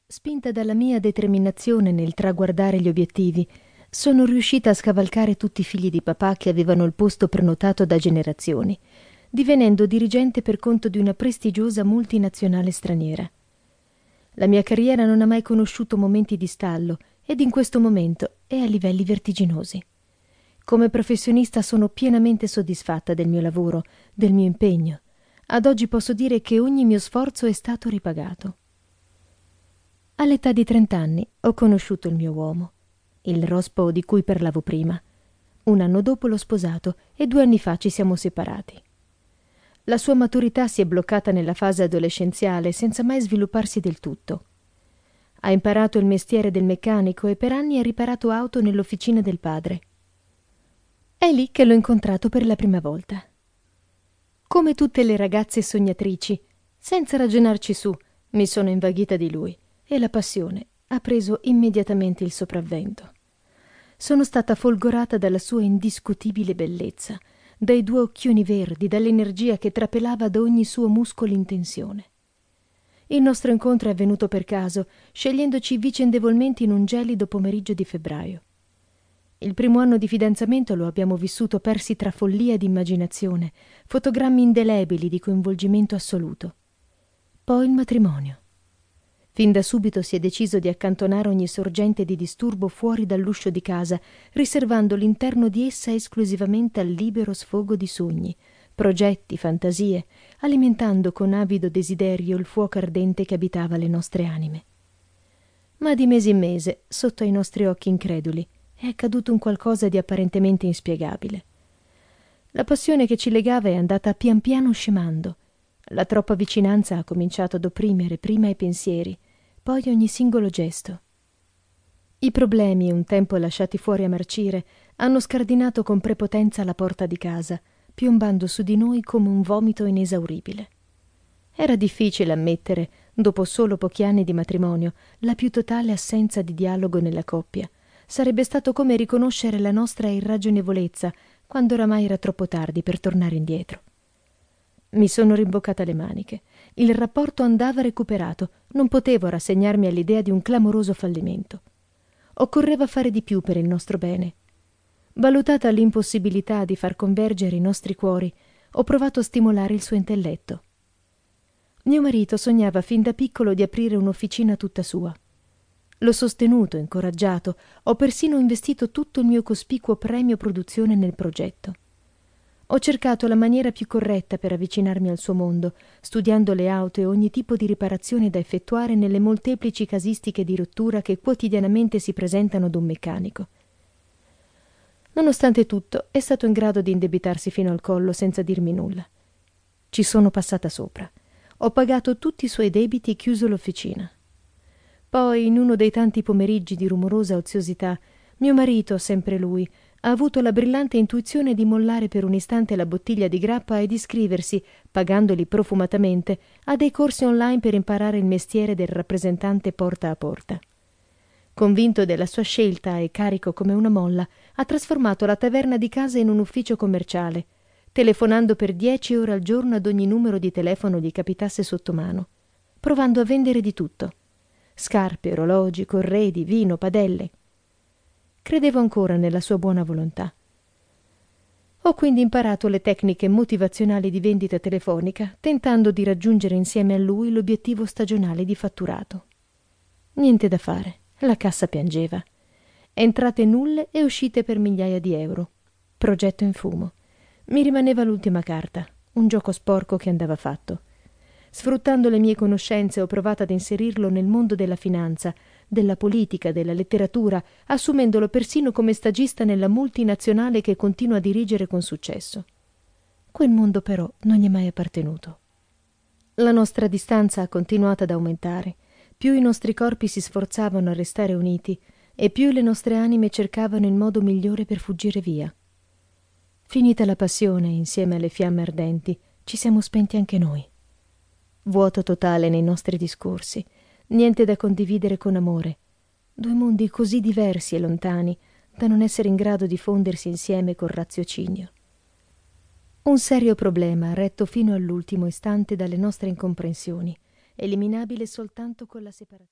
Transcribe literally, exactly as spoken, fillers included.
Spinta dalla mia determinazione nel traguardare gli obiettivi, sono riuscita a scavalcare tutti i figli di papà che avevano il posto prenotato da generazioni, divenendo dirigente per conto di una prestigiosa multinazionale straniera. La mia carriera non ha mai conosciuto momenti di stallo ed in questo momento è a livelli vertiginosi. Come professionista sono pienamente soddisfatta del mio lavoro, del mio impegno. Ad oggi posso dire che ogni mio sforzo è stato ripagato. All'età di trent'anni ho conosciuto il mio uomo, il rospo di cui parlavo prima. Un anno dopo l'ho sposato e due anni fa ci siamo separati. La sua maturità si è bloccata nella fase adolescenziale senza mai svilupparsi del tutto. Ha imparato il mestiere del meccanico e per anni ha riparato auto nell'officina del padre. È lì che l'ho incontrato per la prima volta. Come tutte le ragazze sognatrici, senza ragionarci su, mi sono invaghita di lui e la passione ha preso immediatamente il sopravvento. Sono stata folgorata dalla sua indiscutibile bellezza, dai due occhioni verdi, dall'energia che trapelava da ogni suo muscolo in tensione. Il nostro incontro è avvenuto per caso, scegliendoci vicendevolmente in un gelido pomeriggio di febbraio. Il primo anno di fidanzamento lo abbiamo vissuto persi tra follia ed immaginazione, fotogrammi indelebili di coinvolgimento assoluto. Poi il matrimonio. Fin da subito si è deciso di accantonare ogni sorgente di disturbo fuori dall'uscio di casa, riservando l'interno di essa esclusivamente al libero sfogo di sogni, progetti, fantasie, alimentando con avido desiderio il fuoco ardente che abitava le nostre anime. Ma di mese in mese, sotto ai nostri occhi increduli, è accaduto un qualcosa di apparentemente inspiegabile. La passione che ci legava è andata pian piano scemando. La troppa vicinanza ha cominciato ad opprimere prima i pensieri, poi ogni singolo gesto. I problemi, un tempo lasciati fuori a marcire, hanno scardinato con prepotenza la porta di casa, piombando su di noi come un vomito inesauribile. Era difficile ammettere, dopo solo pochi anni di matrimonio, la più totale assenza di dialogo nella coppia. Sarebbe stato come riconoscere la nostra irragionevolezza, quando oramai era troppo tardi per tornare indietro. Mi sono rimboccata le maniche. Il rapporto andava recuperato, non potevo rassegnarmi all'idea di un clamoroso fallimento. Occorreva fare di più per il nostro bene. Valutata l'impossibilità di far convergere i nostri cuori, ho provato a stimolare il suo intelletto. Mio marito sognava fin da piccolo di aprire un'officina tutta sua. L'ho sostenuto, incoraggiato, ho persino investito tutto il mio cospicuo premio produzione nel progetto. Ho cercato la maniera più corretta per avvicinarmi al suo mondo, studiando le auto e ogni tipo di riparazione da effettuare nelle molteplici casistiche di rottura che quotidianamente si presentano ad un meccanico. Nonostante tutto, è stato in grado di indebitarsi fino al collo senza dirmi nulla. Ci sono passata sopra. Ho pagato tutti i suoi debiti e chiuso l'officina. Poi, in uno dei tanti pomeriggi di rumorosa oziosità, mio marito, sempre lui, ha avuto la brillante intuizione di mollare per un istante la bottiglia di grappa e di iscriversi, pagandoli profumatamente, a dei corsi online per imparare il mestiere del rappresentante porta a porta. Convinto della sua scelta e carico come una molla, ha trasformato la taverna di casa in un ufficio commerciale, telefonando per dieci ore al giorno ad ogni numero di telefono gli capitasse sotto mano, provando a vendere di tutto: scarpe, orologi, corredi, vino, padelle. Credevo ancora nella sua buona volontà. Ho quindi imparato le tecniche motivazionali di vendita telefonica, tentando di raggiungere insieme a lui l'obiettivo stagionale di fatturato. Niente da fare, la cassa piangeva. Entrate nulle e uscite per migliaia di euro. Progetto in fumo. Mi rimaneva l'ultima carta, un gioco sporco che andava fatto. Sfruttando le mie conoscenze ho provato ad inserirlo nel mondo della finanza, della politica, della letteratura, assumendolo persino come stagista nella multinazionale che continua a dirigere con successo. Quel mondo però non gli è mai appartenuto. La nostra distanza ha continuato ad aumentare. Più i nostri corpi si sforzavano a restare uniti e più le nostre anime cercavano il modo migliore per fuggire via. Finita la passione, insieme alle fiamme ardenti, ci siamo spenti anche noi. Vuoto totale nei nostri discorsi, niente da condividere con amore, due mondi così diversi e lontani da non essere in grado di fondersi insieme col raziocinio. Un serio problema retto fino all'ultimo istante dalle nostre incomprensioni, eliminabile soltanto con la separazione.